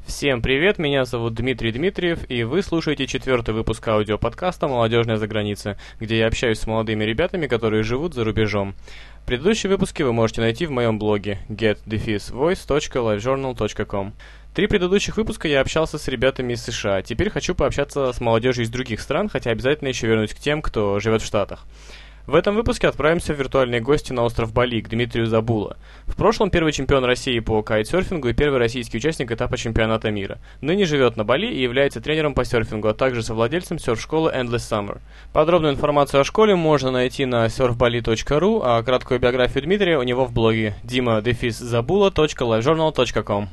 Всем привет, меня зовут Дмитрий Дмитриев, и вы слушаете 4-й выпуск аудиоподкаста «Молодежная заграница», где я общаюсь с молодыми ребятами, которые живут за рубежом. Предыдущие выпуски вы можете найти в моем блоге get-voice.livejournal.com. 3 предыдущих выпуска я общался с ребятами из США, теперь хочу пообщаться с молодежью из других стран, хотя обязательно еще вернусь к тем, кто живет в Штатах. В этом выпуске отправимся в виртуальные гости на остров Бали, к Дмитрию Забула. В прошлом первый чемпион России по кайтсерфингу и первый российский участник этапа чемпионата мира. Ныне живет на Бали и является тренером по серфингу, а также совладельцем серф-школы Endless Summer. Подробную информацию о школе можно найти на surfbali.ru, а краткую биографию Дмитрия у него в блоге dima-zabula.livejournal.com.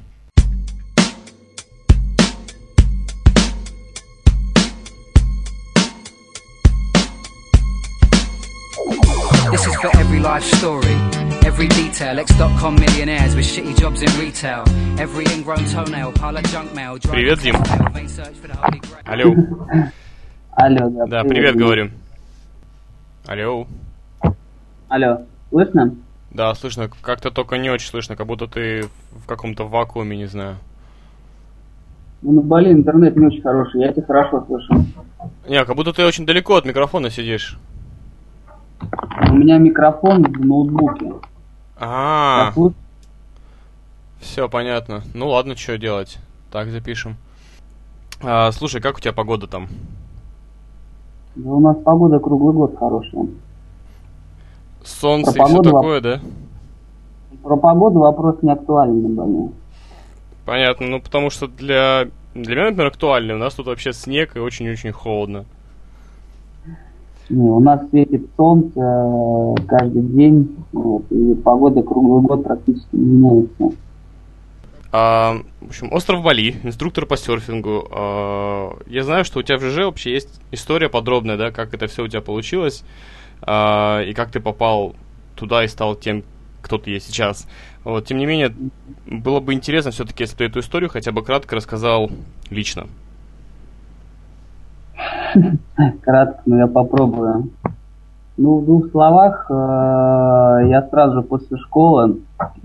This is for every life story, every detail. X.com millionaires with shitty jobs in retail. Every ingrown toenail, pile of junk mail. Привет, Дим. Алло. Алло, да. Да, привет, говорю. Алло. Алло, слышно? Да, слышно. Как-то только не очень слышно, как будто ты в каком-то вакууме, не знаю. Ну, на Бали интернет не очень хороший, я тебя хорошо слышу. Не, как будто ты очень далеко от микрофона сидишь. У меня микрофон в ноутбуке. Все понятно. Ну ладно, что делать? Так запишем. Слушай, как у тебя погода там? Да у нас погода круглый год хорошая. Солнце и все такое, да? Про погоду вопрос не актуален на Бали. Понятно, ну потому что для меня, например, актуальный. У нас тут вообще снег и очень-очень холодно. Не, у нас светит солнце каждый день, вот, и погода круглый год практически не меняется. В общем, остров Бали, инструктор по серфингу. Я знаю, что у тебя в ЖЖ вообще есть история подробная, да, как это все у тебя получилось, и как ты попал туда и стал тем, кто ты есть сейчас. Вот, тем не менее, было бы интересно все-таки, если ты эту историю хотя бы кратко рассказал лично. Кратко, но я попробую. Ну, в 2 словах, я сразу же после школы,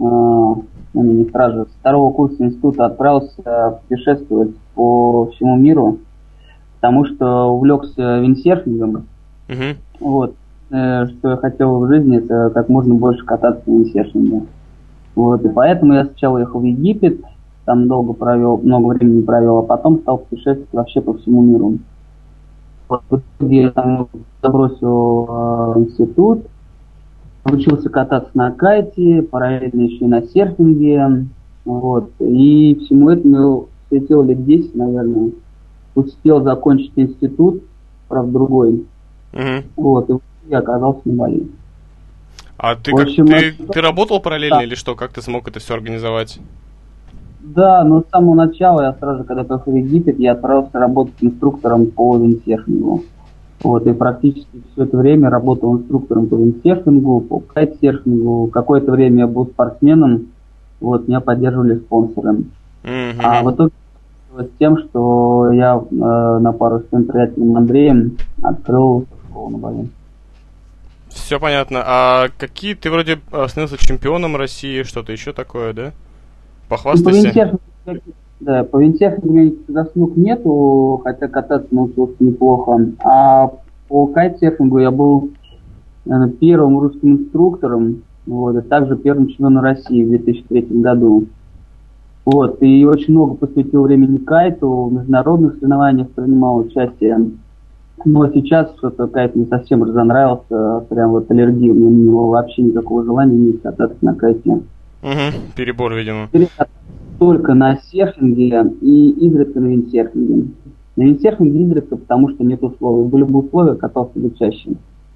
не сразу же, с 2-го курса института отправился путешествовать по всему миру, потому что увлекся виндсерфингом. Вот. Что я хотел в жизни, это как можно больше кататься на виндсерфинге. Вот. И поэтому я сначала ехал в Египет, там много времени провел, а потом стал путешествовать вообще по всему миру. В итоге я там забросил институт, научился кататься на кайте, параллельно еще и на серфинге. Вот. И всему этому светило лет 10, наверное. Успел закончить институт, правда, другой. Вот, и я оказался на Бали. А ты, ты работал параллельно или что? Как ты смог это все организовать? Да, но с самого начала я сразу, когда поехал в Египет, я отправился работать инструктором по виндсерфингу. Вот, и практически все это время работал инструктором по виндсерфингу, по кайтсерфингу. Какое-то время я был спортсменом, вот, меня поддерживали спонсоры. А в итоге с тем, что я на пару с своим приятелем Андреем открыл школу на Бали. Все понятно. А какие ты вроде становился чемпионом России, что-то еще такое, да? Похвастайся. По виндсерфингу у меня заслуг нету, хотя кататься научился неплохо. А по кайтсерфингу я был первым русским инструктором, вот, и также первым чемпионом России в 2003 году. Вот, и очень много посвятил времени кайту, в международных соревнованиях принимал участие. Но сейчас что-то кайт не совсем разонравился, прям вот аллергия, у меня не было вообще никакого желания не кататься на кайте. Перебор, видимо. Только на серфинге и изредка на виндсерфинге. На виндсерфинге изредка, потому что нет условий. Были бы условия, катался бы чаще.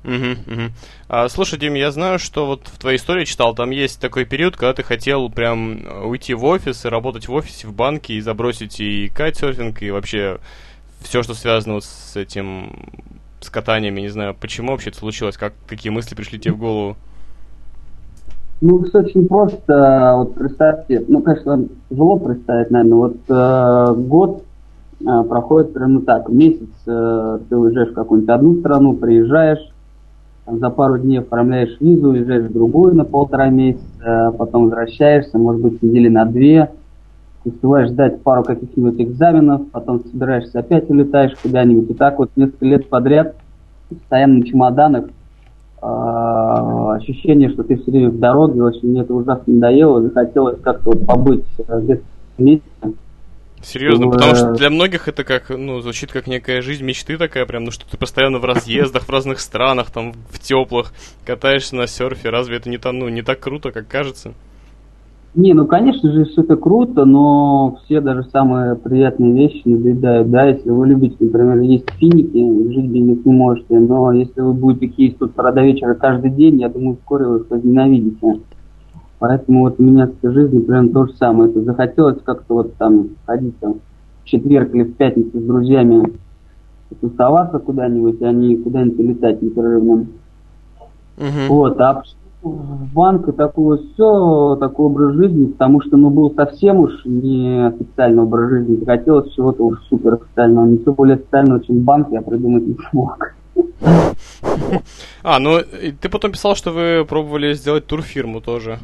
Слушай, Дим, я знаю, что вот в твоей истории читал, там есть такой период, когда ты хотел прям уйти в офис и работать в офисе, в банке, и забросить и кайтсерфинг, и вообще все, что связано вот с этим, с катаниями. Не знаю, почему вообще это случилось, какие мысли пришли тебе в голову? Ну, все очень просто. Вот представьте, ну, конечно, тяжело представить, наверное, вот год проходит примерно так. Месяц ты уезжаешь в какую-нибудь одну страну, приезжаешь, там, за пару дней оформляешь визу, уезжаешь в другую на 1,5 месяца, потом возвращаешься, может быть, недели на 2, успеваешь сдать пару каких-нибудь экзаменов, потом собираешься опять улетаешь куда-нибудь. И так вот несколько лет подряд, постоянно на чемоданах, ощущение, что ты все время в дороге, очень мне это ужасно надоело, захотелось как-то вот побыть где-то вместе. Серьезно, потому что для многих это как, ну, звучит как некая жизнь мечты такая прям, ну, что ты постоянно в разъездах, в разных странах, там, в теплых, катаешься на серфе, разве это не так круто, как кажется? Не, ну, конечно же, все это круто, но все даже самые приятные вещи надоедают, да, если вы любите, например, есть финики, жить без них не можете, но если вы будете их есть с утра до вечера каждый день, я думаю, вскоре вы их возненавидите. Поэтому вот у меня с жизнью примерно то же самое. Это захотелось как-то вот там ходить там, в четверг или в пятницу с друзьями, тусоваться куда-нибудь, а не куда-нибудь летать непрерывно. Вот, а в банк и такое все, такой образ жизни, потому что, ну, был совсем уж не официальный образ жизни, захотелось чего-то уж супер официального, ничего более официального, чем банк, я придумать не смог. Ну, ты потом писал, что вы пробовали сделать турфирму тоже.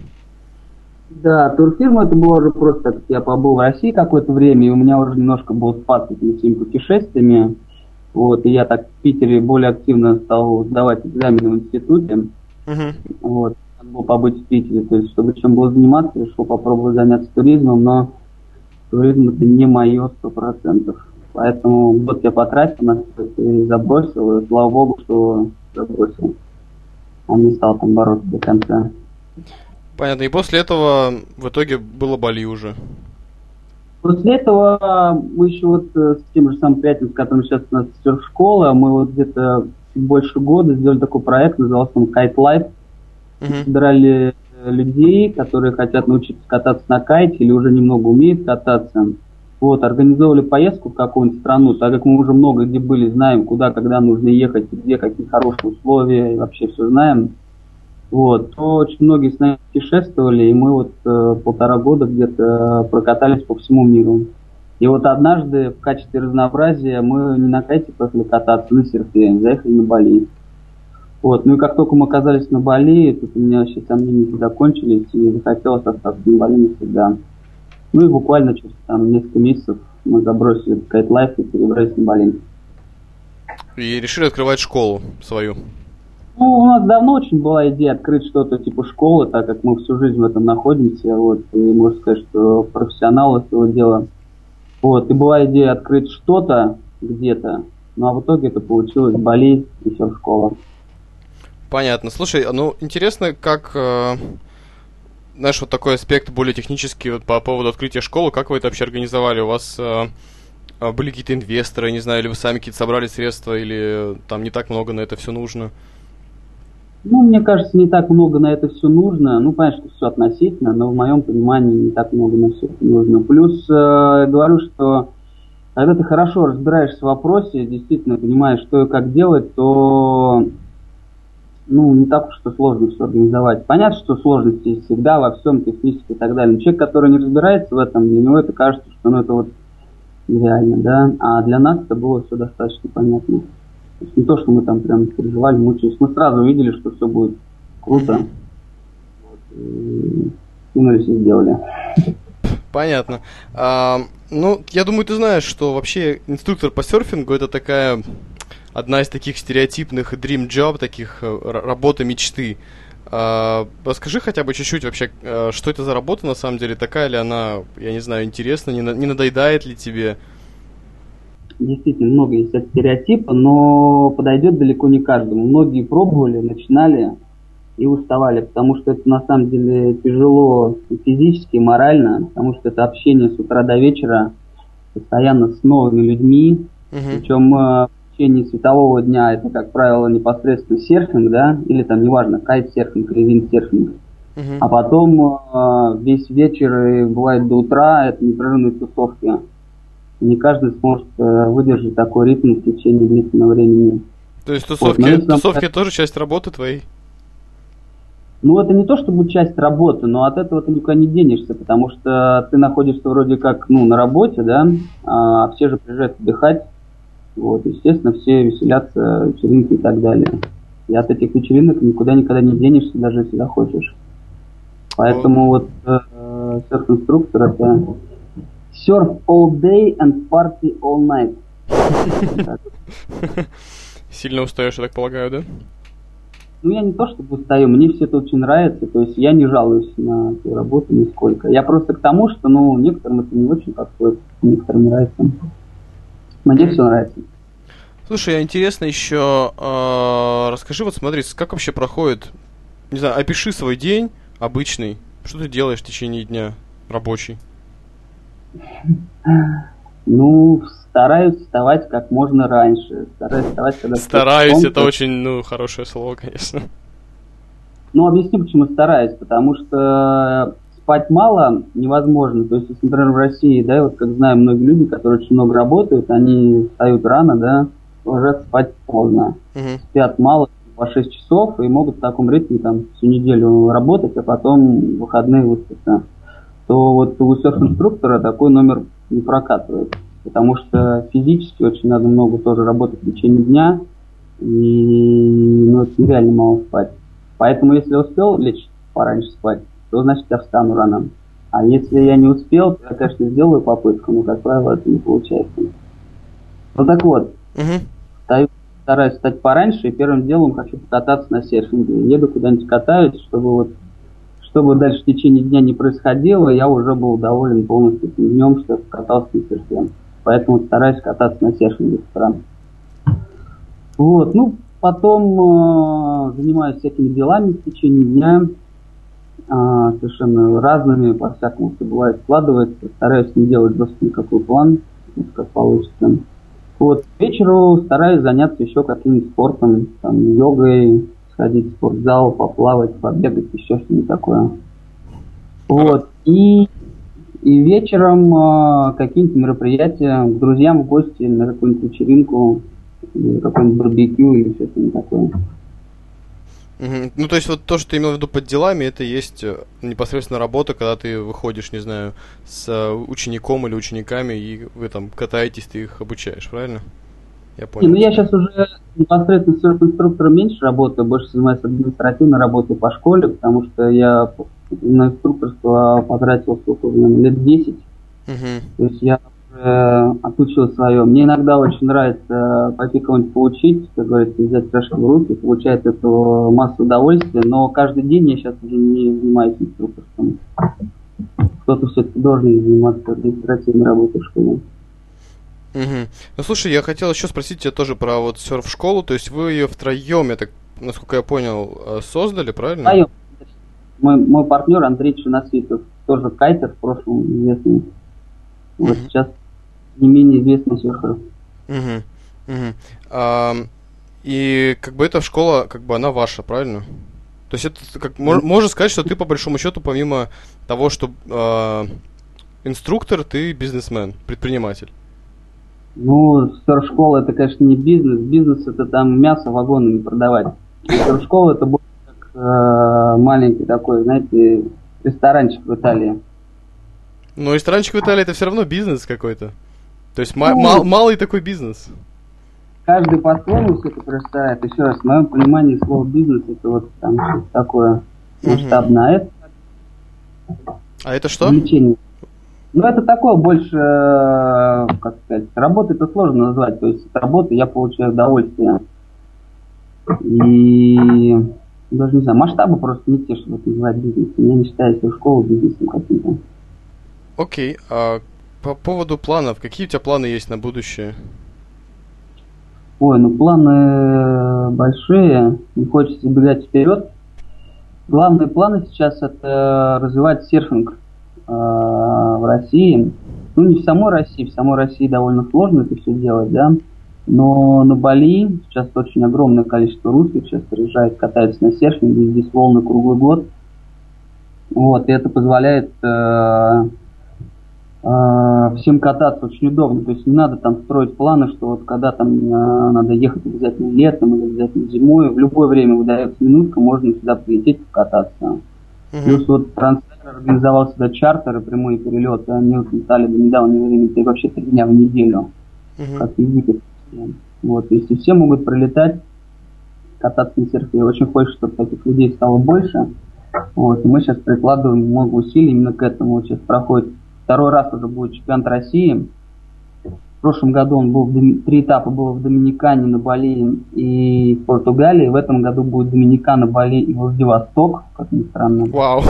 Да, турфирма это было уже просто, так я побыл в России какое-то время, и у меня уже немножко был спад с этими всеми путешествиями, вот, и я так в Питере более активно стал сдавать экзамены в институте. Вот, надо было побыть в Питере, то есть, чтобы чем было заниматься, решил попробовать заняться туризмом, но туризм это не мое 100%. Поэтому год я потратил на это и забросил, и слава богу, что забросил. А не стал там бороться до конца. Понятно, и после этого в итоге было Бали уже. После этого мы еще вот с тем же самым приятелем, с которым сейчас у нас серф-школа, мы вот где-то чуть больше года сделали такой проект, назывался он Kite Life. Собирали людей, которые хотят научиться кататься на кайте или уже немного умеют кататься. Вот, организовали поездку в какую-нибудь страну, так как мы уже много где были, знаем, куда, когда нужно ехать, где, какие хорошие условия, и вообще все знаем. Вот, то очень многие с нами путешествовали, и мы вот 1,5 года где-то прокатались по всему миру. И вот однажды в качестве разнообразия мы не на кайте поехали кататься, на серфе, заехали на Бали. Вот, ну и как только мы оказались на Бали, тут у меня вообще сомнения закончились, и захотелось остаться на Бали навсегда. Ну и буквально через там несколько месяцев мы забросили Kite Life и перебрались на Бали. И решили открывать школу свою. Ну, у нас давно очень была идея открыть что-то типа школы, так как мы всю жизнь в этом находимся, вот, и можно сказать, что профессионалы этого дела. Вот, и была идея открыть что-то где-то, ну а в итоге это получилось Бали и серф-школа. Понятно. Слушай, ну интересно, как, знаешь, вот такой аспект более технический вот, по поводу открытия школы, как вы это вообще организовали? У вас были какие-то инвесторы, не знаю, или вы сами какие-то собрали средства, или там не так много на это все нужно? Ну, мне кажется, не так много на это все нужно. Ну, понятно, что все относительно, но в моем понимании не так много на все это нужно. Плюс, говорю, что когда ты хорошо разбираешься в вопросе, действительно понимаешь, что и как делать, то ну, не так уж что сложно все организовать. Понятно, что сложности всегда во всем, технически и так далее. Но человек, который не разбирается в этом, для него это кажется, что ну, это вот нереально, да. А для нас это было все достаточно понятно. То есть не то, что мы там прям переживали, мучились. Мы сразу увидели, что все будет круто. Вот, и кинулись и сделали. Понятно. Ну, я думаю, ты знаешь, что вообще инструктор по серфингу это такая одна из таких стереотипных dream job, таких работа мечты. Расскажи хотя бы чуть-чуть вообще, что это за работа на самом деле, такая ли она, я не знаю, интересна, не надоедает ли тебе? Действительно, много есть от стереотипа, но подойдет далеко не каждому. Многие пробовали, начинали и уставали, потому что это на самом деле тяжело и физически, и морально, потому что это общение с утра до вечера постоянно с новыми людьми, причем в течение светового дня это, как правило, непосредственно серфинг, да, или там, неважно, кайт-серфинг или винд-серфинг. А потом весь вечер и бывает до утра это непрерывные тусовки. Не каждый сможет выдержать такой ритм в течение длительного времени. То есть тусовки тоже часть работы твоей? Ну, это не то, чтобы часть работы, но от этого ты никуда не денешься, потому что ты находишься вроде как, ну, на работе, да, а все же приезжают отдыхать. Вот, естественно, все веселятся, вечеринки и так далее. И от этих вечеринок никуда никогда не денешься, даже если захочешь. Поэтому вот серф-инструктор это Surf all day and party all night. Сильно устаешь, я так полагаю, да? Ну, я не то чтобы устаю, мне все это очень нравится, то есть я не жалуюсь на эту работу нисколько. Я просто к тому, что, ну, некоторым это не очень подходит, некоторым нравится. Мне все нравится. Слушай, интересно еще, расскажи, вот смотри, как вообще проходит, не знаю, опиши свой день обычный, что ты делаешь в течение дня рабочий? Ну, стараюсь вставать как можно раньше. Стараюсь, это очень, ну, хорошее слово, конечно. Ну, объясню, почему стараюсь. Потому что спать мало невозможно. То есть, если, например, в России, да, вот как знаю, многие люди, которые очень много работают, они встают рано, да, ложатся спать поздно. Спят мало, по 6 часов, и могут в таком ритме там всю неделю работать, а потом в выходные выспаться. То вот у серф-инструктора такой номер не прокатывает. Потому что физически очень надо много тоже работать в течение дня, и ну, это нереально мало спать. Поэтому если я успел лечь пораньше спать, то значит я встану рано. А если я не успел, то я, конечно, сделаю попытку, но, как правило, это не получается. Вот так вот. Стараюсь встать пораньше, и первым делом хочу покататься на серфинге. Еду куда-нибудь катаюсь, чтобы дальше в течение дня не происходило, я уже был доволен полностью этим днем, что я катался на серфе. Поэтому стараюсь кататься на серфинге с утра. Вот, ну, потом занимаюсь всякими делами в течение дня, совершенно разными, по-всякому все бывает, складывается. Стараюсь не делать жесткий никакой план, как получится. Вот, к вечеру стараюсь заняться еще каким-нибудь спортом, там, йогой, сходить в спортзал, поплавать, побегать, еще что-нибудь такое. Вот, и вечером какие-нибудь мероприятия, к друзьям в гости, на какую-нибудь вечеринку, какой-нибудь барбекю или что-то такое. Ну, то есть вот то, что ты имел в виду под делами, это есть непосредственно работа, когда ты выходишь, не знаю, с учеником или учениками, и вы там катаетесь, ты их обучаешь, правильно? Я понял. Ну, я сейчас уже непосредственно с серф-инструктором меньше работаю, больше занимаюсь административной работой по школе, потому что я на инструкторство потратил сколько, лет 10. То есть я уже отучил свое. Мне иногда очень нравится пойти кого-нибудь поучить, как говорится, взять чашку в руки, получать эту массу удовольствия, но каждый день я сейчас уже не занимаюсь инструкторством. Кто-то все-таки должен заниматься административной работой в школе. Ну, слушай, я хотел еще спросить тебя тоже про вот серф-школу, то есть вы ее втроем, я так, насколько я понял, создали, правильно? Втроем. Мой партнер Андрей Чиносвитов, тоже кайтер, в прошлом известный. Вот сейчас не менее известный серфер. И как бы эта школа, как бы она ваша, правильно? То есть это как можно сказать, что ты по большому счету, помимо того, что инструктор, ты бизнесмен, предприниматель. Ну, серф-школа это, конечно, не бизнес. Бизнес это там мясо вагонами продавать. Серф-школа это будет как маленький такой, знаете, ресторанчик в Италии. Но ресторанчик в Италии это все равно бизнес какой-то. То есть малый такой бизнес. Каждый по-своему все это представляет. Еще раз, в моем понимании слово бизнес это вот там что-то такое масштабное. А это что? Увлечение. Ну, это такое больше, как сказать, работа это сложно назвать. То есть от работы я получаю удовольствие. И даже не знаю, масштабы просто не те, чтобы это называть бизнесом. Я не считаю свою школу бизнесом каким-то. Окей, а по поводу планов, какие у тебя планы есть на будущее? Ой, ну планы большие, не хочется забегать вперед. Главные планы сейчас это развивать серфинг в России. Ну, не в самой России довольно сложно это все делать, да. Но на Бали сейчас очень огромное количество русских сейчас приезжает, катаются на серфинге, здесь волны круглый год. Вот, и это позволяет всем кататься очень удобно. То есть не надо там строить планы, что вот когда там надо ехать обязательно летом или обязательно зимой, в любое время выдается минутка, можно сюда прилететь покататься. Плюс вот Трансфер организовал сюда чартеры, прямые перелеты, они вот летали до недавнего времени вообще 3 дня в неделю, как Египет. Вот, то есть и все могут прилетать, кататься на серфе. Очень хочется, чтобы таких людей стало больше. Вот, и мы сейчас прикладываем много усилий именно к этому. Вот сейчас проходит второй раз уже будет чемпионат России. В прошлом году он был, 3 этапа было в Доминикане, на Бали и в Португалии. В этом году будет Доминикана, Бали и Владивосток, как ни странно. Вау.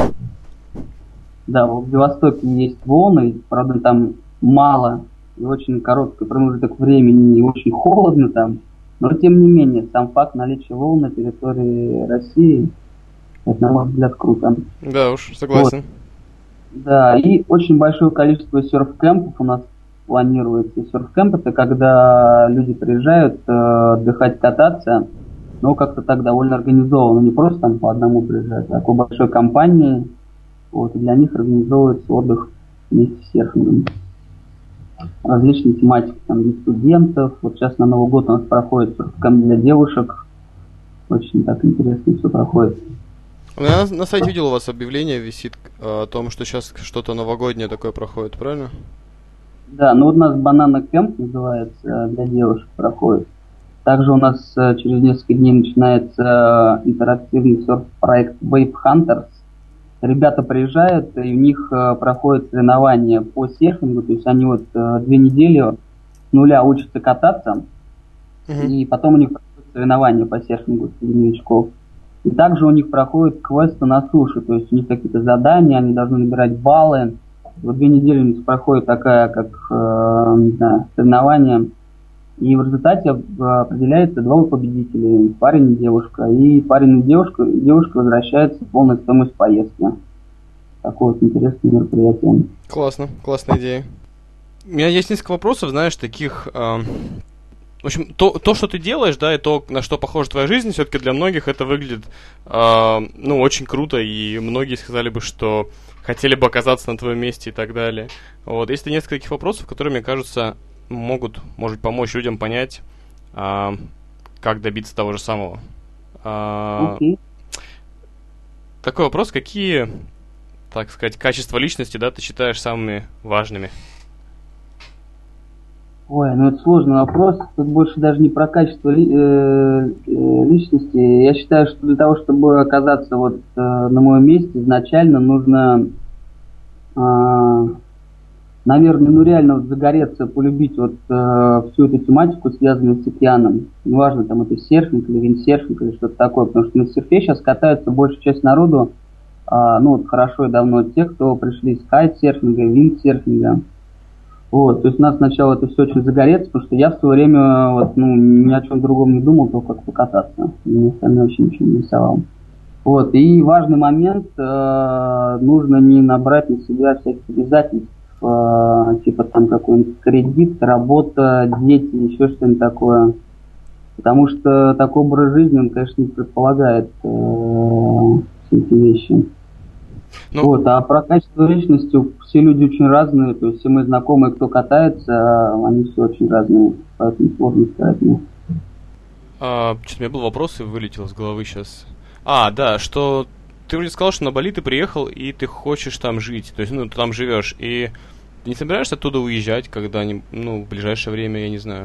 Да, в Владивостоке есть волны, правда там мало и очень короткий промежуток времени, и очень холодно там. Но тем не менее, сам факт наличия волн на территории России, это, на мой взгляд, круто. Да уж, согласен. Вот. Да, и очень большое количество серф-кемпов у нас планируется. Серф-кэмп — это когда люди приезжают отдыхать, кататься, но как-то так довольно организованно, не просто там по одному приезжают, а такой большой компанией. Вот, и для них организовывается отдых вместе с серфингом. Различные тематики там для студентов. Вот сейчас на Новый год у нас проходит серф-кэмп для девушек. Очень так интересно все проходит. Я на сайте видел, у вас объявление висит о том, что сейчас что-то новогоднее такое проходит, правильно? Да, ну вот у нас банана кэмп называется, для девушек проходит. Также у нас через несколько дней начинается интерактивный серф-проект Wave Hunters. Ребята приезжают, и у них проходят соревнования по серфингу, то есть они вот 2 недели с нуля учатся кататься, и потом у них проходят соревнования по серфингу среди новичков. И также у них проходят квесты на суше, то есть у них какие-то задания, они должны набирать баллы. Вот 2 недели у них проходит такая, как, не знаю, соревнование. И в результате определяется 2 победителя, парень и девушка. И парень и девушка возвращаются в полную стоимость поездки. Такое вот интересное мероприятие. Классно, классная идея. У меня есть несколько вопросов, знаешь, таких... В общем, то, что ты делаешь, да, и то, на что похожа твоя жизнь, все-таки для многих это выглядит, очень круто, и многие сказали бы, что хотели бы оказаться на твоем месте и так далее. Вот, есть несколько таких вопросов, которые, мне кажется, может помочь людям понять, как добиться того же самого. Такой вопрос, какие, так сказать, качества личности, да, ты считаешь самыми важными? Ой, ну это сложный вопрос. Тут больше даже не про качество личности. Я считаю, что для того, чтобы оказаться вот на моем месте, изначально нужно, наверное, реально вот загореться, полюбить вот всю эту тематику, связанную с океаном. Неважно, там это серфинг или виндсерфинг или что-то такое, потому что на серфе сейчас катается большая часть народу, хорошо и давно тех, кто пришли с кайтсерфинга, виндсерфинга. Вот, то есть надо сначала это все очень загореться, потому что я в свое время ни о чем другом не думал, только как покататься. Мне остальное вообще ничего не рисовал. Вот, и важный момент, нужно не набрать на себя всяких обязательств, типа там какой-нибудь кредит, работа, дети, еще что-нибудь такое. Потому что такой образ жизни, он, конечно, не предполагает все эти вещи. Вот, а про качество личности все люди очень разные, то есть все мои знакомые, кто катается, они все очень разные, поэтому сложно сказать мне. Что-то у меня был вопрос и вылетел из головы сейчас. Да, что ты вроде сказал, что на Бали ты приехал и ты хочешь там жить, то есть, ты там живешь, и ты не собираешься оттуда уезжать когда-нибудь, в ближайшее время, я не знаю?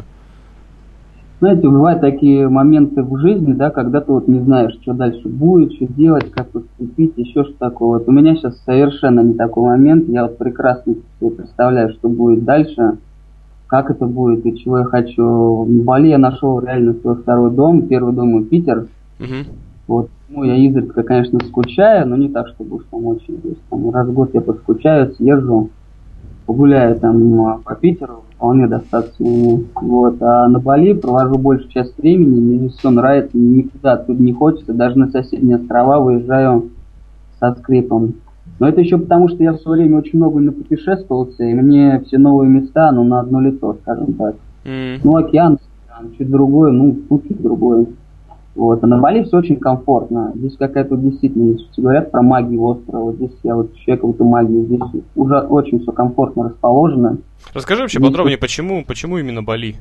Знаете, бывают такие моменты в жизни, да, когда ты вот не знаешь, что дальше будет, что делать, как поступить, еще что такое. Вот у меня сейчас совершенно не такой момент, я вот прекрасно себе представляю, что будет дальше, как это будет и чего я хочу. В Бали я нашел реально свой второй дом, первый дом и Питер. Вот, я изредка, конечно, скучаю, но не так, чтобы уж там очень. То есть, там, раз в год я поскучаю, съезжу, погуляю там по Питеру, вполне достаточно. Вот. А на Бали провожу большую часть времени, мне здесь все нравится, никуда оттуда не хочется, даже на соседние острова выезжаю со скрипом. Но это еще потому, что я в свое время очень много напутешествовался, и мне все новые места, на одно лицо, скажем так. Океан, чуть другое, тут чуть другое. Вот. А на Бали все очень комфортно. Здесь какая-то действительно, все говорят про магию острова. Вот здесь я ощущаю какую-то магию. Здесь уже очень все комфортно расположено. Расскажи вообще подробнее, почему именно Бали?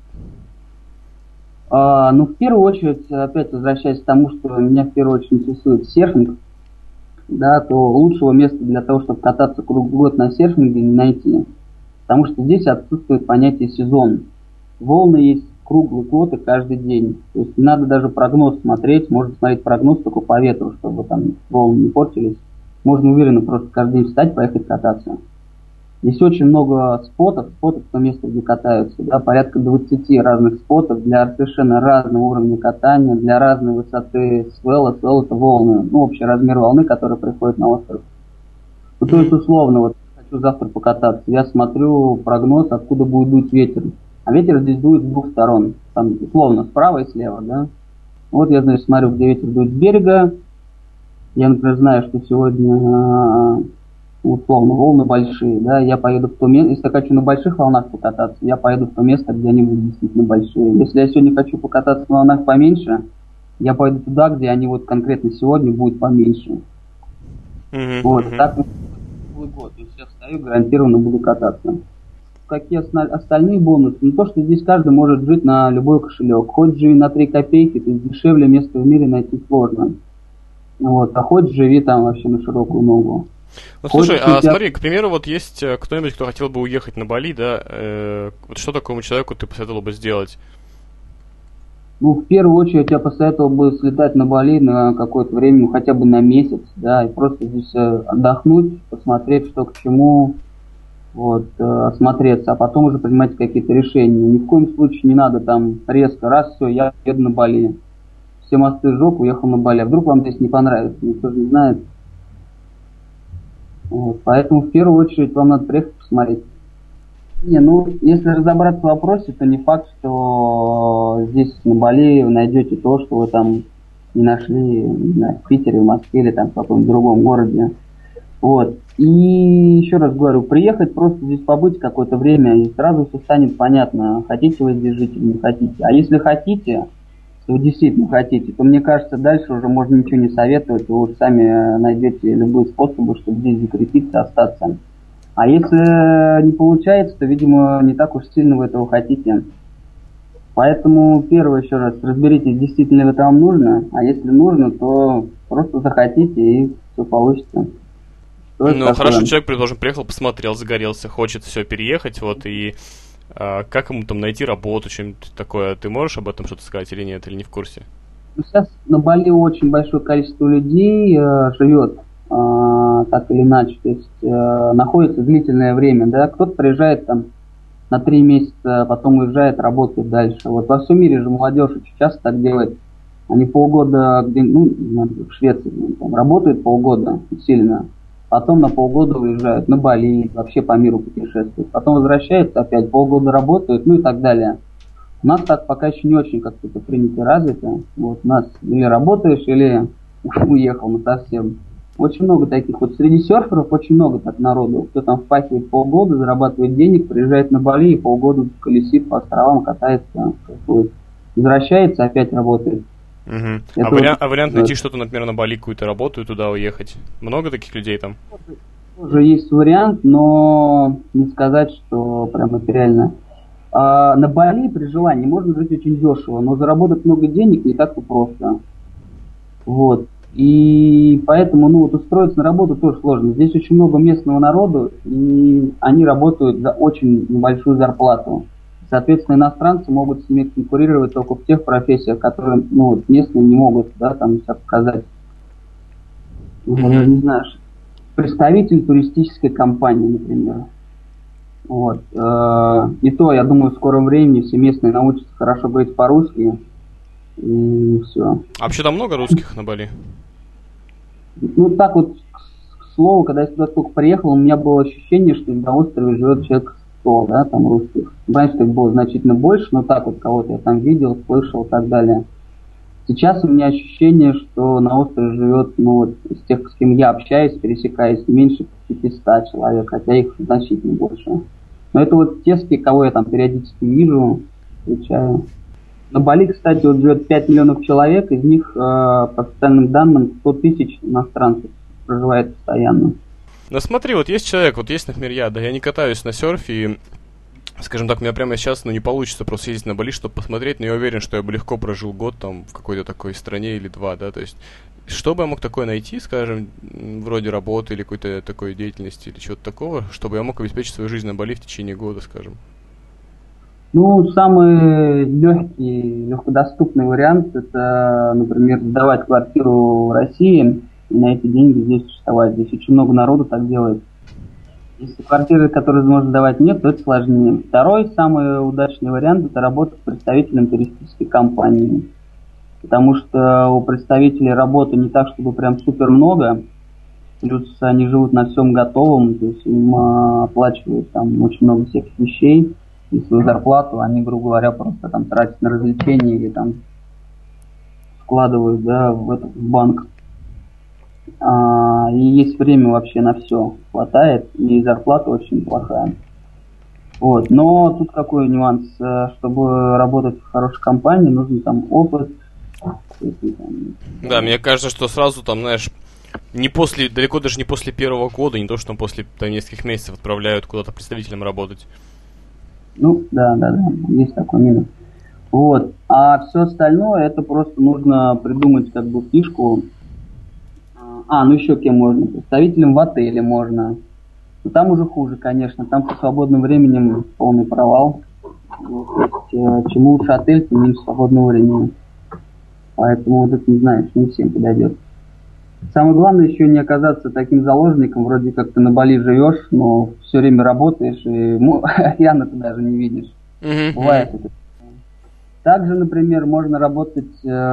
В первую очередь, опять возвращаясь к тому, что меня в первую очередь интересует серфинг, да, то лучшего места для того, чтобы кататься круглый год на серфинге, не найти. Потому что здесь отсутствует понятие сезон. Волны есть круглый год и каждый день. То есть не надо даже прогноз смотреть, можно смотреть прогноз только по ветру, чтобы там волны не портились. Можно уверенно просто каждый день встать, поехать кататься. Здесь очень много спотов, то место, где катаются, да, порядка 20 разных спотов для совершенно разного уровня катания, для разной высоты свелла. Свелл — это волны, ну, общий размер волны, который приходит на остров. Ну, то есть, условно, вот хочу завтра покататься, я смотрю прогноз, откуда будет дуть ветер. А ветер здесь дует с двух сторон, там, условно, справа и слева, да. Вот я, значит, смотрю, где ветер дует с берега. Я, например, знаю, что сегодня, условно, волны большие, да, я поеду в то место, если я хочу на больших волнах покататься, я поеду в то место, где они будут действительно большие. Если я сегодня хочу покататься на волнах поменьше, я пойду туда, где они вот конкретно сегодня будут поменьше. Вот, так целый год. Если я встаю, гарантированно буду кататься. Какие остальные бонусы? Ну, то, что здесь каждый может жить на любой кошелек. Хоть живи на 3 копейки, то есть дешевле место в мире найти сложно. Вот, а хоть живи там вообще на широкую ногу. Ну, слушай, а смотри, к примеру, вот есть кто-нибудь, кто хотел бы уехать на Бали, да, вот что такому человеку ты посоветовал бы сделать? Ну, в первую очередь я посоветовал бы слетать на Бали на какое-то время, ну, хотя бы на месяц, да, и просто здесь отдохнуть, посмотреть, что к чему, вот, осмотреться, а потом уже принимать какие-то решения. Ни в коем случае не надо там резко, раз, все, я еду на Бали. Все мосты сжег, уехал на Бали. А вдруг вам здесь не понравится, никто же не знает. Вот, поэтому в первую очередь вам надо приехать посмотреть. Не, ну, если разобраться в вопросе, то не факт, что здесь на Бали вы найдете то, что вы там не нашли, не знаю, в Питере, в Москве или там в каком-нибудь другом городе. Вот. И еще раз говорю, приехать, просто здесь побыть какое-то время, и сразу все станет понятно, хотите вы здесь жить или не хотите. А если хотите, если вы действительно хотите, то, мне кажется, дальше уже можно ничего не советовать, вы уже сами найдете любые способы, чтобы здесь закрепиться, остаться. А если не получается, то, видимо, не так уж сильно вы этого хотите. Поэтому, первое, еще раз, разберитесь, действительно ли это вам нужно, а если нужно, то просто захотите, и все получится. Ну, хорошо, человек, предположим, приехал, посмотрел, загорелся, хочет все переехать, вот, и как ему там найти работу, что-нибудь такое, ты можешь об этом что-то сказать или нет, или не в курсе? Сейчас на Бали очень большое количество людей живет так или иначе, то есть находится длительное время, да, кто-то приезжает там на 3 месяца, потом уезжает, работает дальше. Вот во всем мире же молодежь очень часто так делает. Они полгода, ну, в Швеции там, работают полгода сильно, потом на полгода уезжают на Бали, вообще по миру путешествуют, потом возвращаются опять, полгода работают, ну и так далее. У нас так пока еще не очень как-то это принято и развито. Вот у нас или работаешь, или уехал насовсем. Очень много таких. Вот среди серферов очень много так народу, кто там впахивает полгода, зарабатывает денег, приезжает на Бали и полгода колесит по островам, катается, кайфует. Возвращается, опять работает. А вариант найти что-то, например, на Бали, какую-то работу и туда уехать? Много таких людей там? Тоже есть вариант, но не сказать, что прям материально. На Бали при желании можно жить очень дешево, но заработать много денег не так-то просто. Вот. И поэтому, ну, вот устроиться на работу тоже сложно. Здесь очень много местного народу, и они работают за очень небольшую зарплату. Соответственно, иностранцы могут с ними конкурировать только в тех профессиях, которые, ну, вот, местные не могут, да, там себя показать. Я не знаю, представитель туристической компании, например. Вот. И то, я думаю, в скором времени все местные научатся хорошо говорить по-русски, и все. А вообще там много русских на Бали? Ну, так вот, к слову, когда я сюда только приехал, у меня было ощущение, что на острове живет человек 100, да, там русских. Раньше их было значительно больше, но так вот кого-то я там видел, слышал и так далее. Сейчас у меня ощущение, что на острове живет, ну вот, из тех, с кем я общаюсь, пересекаюсь, меньше 500 человек, хотя их значительно больше. Но это вот те, кого я там периодически вижу, встречаю. На Бали, кстати, вот живет 5 миллионов человек, из них, по официальным данным, 100 тысяч иностранцев проживает постоянно. Ну смотри, вот есть человек, вот есть, например, я не катаюсь на серфе, и, скажем так, у меня прямо сейчас, не получится просто ездить на Бали, чтобы посмотреть, но я уверен, что я бы легко прожил год там в какой-то такой стране или 2, да, то есть, что бы я мог такое найти, скажем, вроде работы или какой-то такой деятельности или чего-то такого, чтобы я мог обеспечить свою жизнь на Бали в течение года, скажем? Ну, самый легкий, легкодоступный вариант, это, например, сдавать квартиру в России и на эти деньги здесь существовать. Здесь очень много народу так делает. Если квартиры, которые можно давать, нет, то это сложнее. Второй, самый удачный вариант, это работа с представителем туристической компании. Потому что у представителей работы не так, чтобы прям супер много. Плюс они живут на всем готовом, то есть им оплачивают там очень много всяких вещей. И свою зарплату они, грубо говоря, просто там тратят на развлечения или там вкладывают, да, в банк. И есть время вообще на все, хватает, и зарплата очень плохая. Вот. Но тут какой нюанс, чтобы работать в хорошей компании, нужен там опыт. Да, мне кажется, что сразу там, знаешь, далеко даже не после первого года, не то, что там после там, нескольких месяцев отправляют куда-то представителям работать. Ну, да, есть такой минус. Вот. А все остальное, это просто нужно придумать как бы фишку. Ну еще кем можно? Представителем в отеле можно. Но там уже хуже, конечно. Там со свободным временем полный провал. Вот, то есть, чем лучше отель, тем меньше свободного времени. Поэтому вот это, не знаю, не всем подойдет. Самое главное еще не оказаться таким заложником, вроде как ты на Бали живешь, но все время работаешь, и океана ты даже не видишь. Бывает это. Также, например, можно работать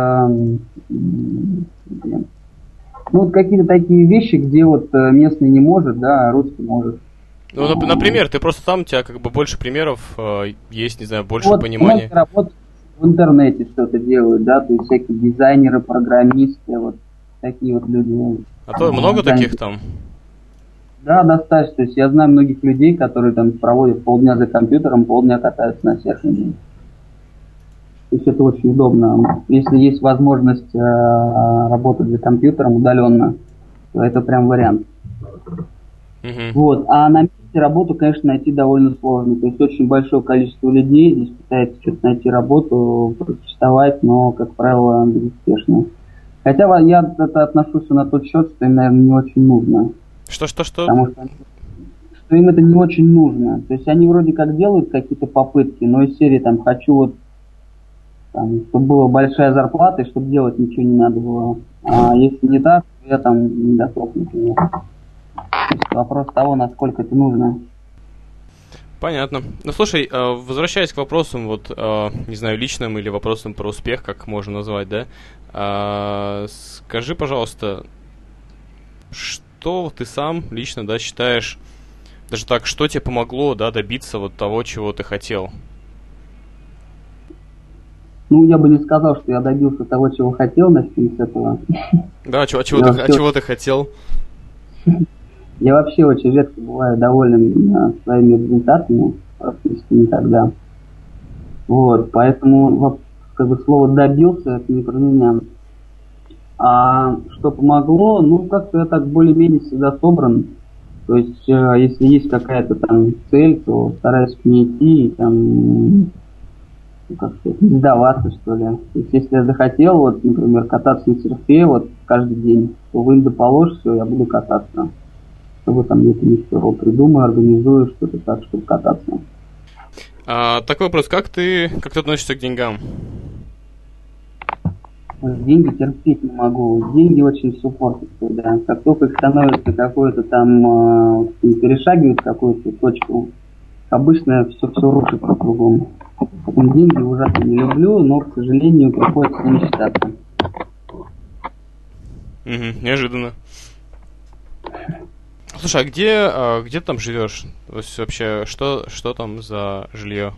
вот какие-то такие вещи, где вот местный не может, да, а русский может. Ну, например, ты просто там, у тебя как бы больше примеров есть, не знаю, больше понимания. Вот работать в интернете что-то делают, да, то есть всякие дизайнеры, программисты, вот такие вот люди. А то много таких там? Да, достаточно. То есть я знаю многих людей, которые там проводят полдня за компьютером, полдня катаются на серфинге. То есть это очень удобно. Если есть возможность работать за компьютером удаленно, то это прям вариант. Вот. А на месте работу, конечно, найти довольно сложно. То есть очень большое количество людей здесь пытается что-то найти работу, протестовать, но, как правило, безуспешно. Хотя я это отношусь на тот счет, что им, наверное, не очень нужно. Что? Потому что им это не очень нужно. То есть они вроде как делают какие-то попытки, но из серии там хочу вот там, чтобы была большая зарплата и чтобы делать ничего не надо было. А если не так, то я там не готов, например. То есть вопрос того, насколько это нужно. Понятно. Ну, слушай, возвращаясь к вопросам, вот, не знаю, личным или вопросам про успех, как можно назвать, да, скажи, пожалуйста, что ты сам лично, да, считаешь, даже так, что тебе помогло, да, добиться вот того, чего ты хотел? Ну, я бы не сказал, что я добился того, чего хотел, начнем с этого. Да, чего ты хотел? Я вообще очень редко бываю доволен своими результатами, практически никогда. Вот, поэтому как бы слово «добился» это не про меня. А что помогло? Ну, как-то я так более-менее всегда собран. То есть, если есть какая-то там цель, то стараюсь к ней идти и там, как сказать, не сдаваться, что ли. То есть, если я захотел, вот, например, кататься на серфе вот каждый день, то в Индо положь, все, я буду кататься. Чтобы там где-то не стоило, придумаю, организую что-то так, чтобы кататься. Такой вопрос, как ты относишься к деньгам? Деньги терпеть не могу. Деньги очень все портят, да. Как только их становится какой-то там, перешагивает какую-то точку, обычно все рушит по-другому. Поэтому деньги ужасно не люблю, но, к сожалению, приходится не считаться. Неожиданно. Слушай, а где ты там живешь? То есть вообще, что там за жилье?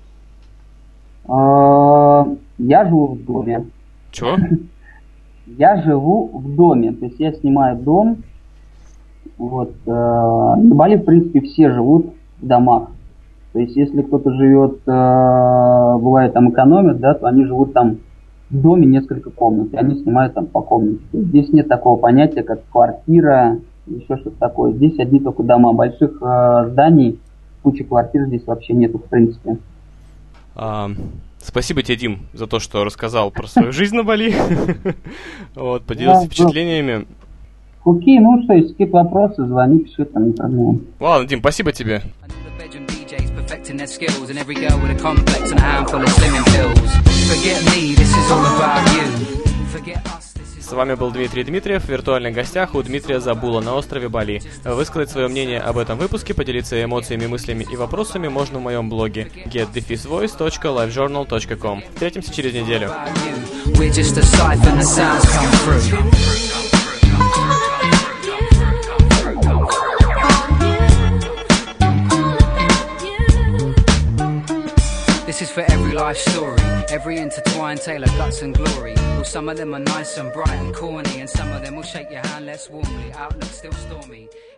Я живу в доме. Чего? Я живу в доме, то есть я снимаю дом. Вот. На Бали, в принципе, все живут в домах. То есть если кто-то живет, бывает там экономит, да, то они живут там в доме несколько комнат, и они снимают там по комнате. Здесь нет такого понятия, как квартира, еще что-то такое. Здесь одни только дома. Больших зданий, кучи квартир здесь вообще нету, в принципе. Спасибо тебе, Дим, за то, что рассказал про свою жизнь на Бали. Вот, поделился впечатлениями. Окей, ну что, если какие-то вопросы, звони, пиши, там не проблема. Ладно, Дим, спасибо тебе. Perfecting their skills, and every girl with a complex and a handful of slimming pills. Forget me, this is all about you. Forget us, this is С вами был Дмитрий Дмитриев, в виртуальных гостях у Дмитрия Забула на острове Бали. Высказать свое мнение об этом выпуске, поделиться эмоциями, мыслями и вопросами можно в моем блоге get-voice.livejournal.com. Встретимся через неделю. This is for every life story, every intertwined tale of guts and glory. Well, some of them are nice and bright and corny, and some of them will shake your hand less warmly. Outlook still stormy.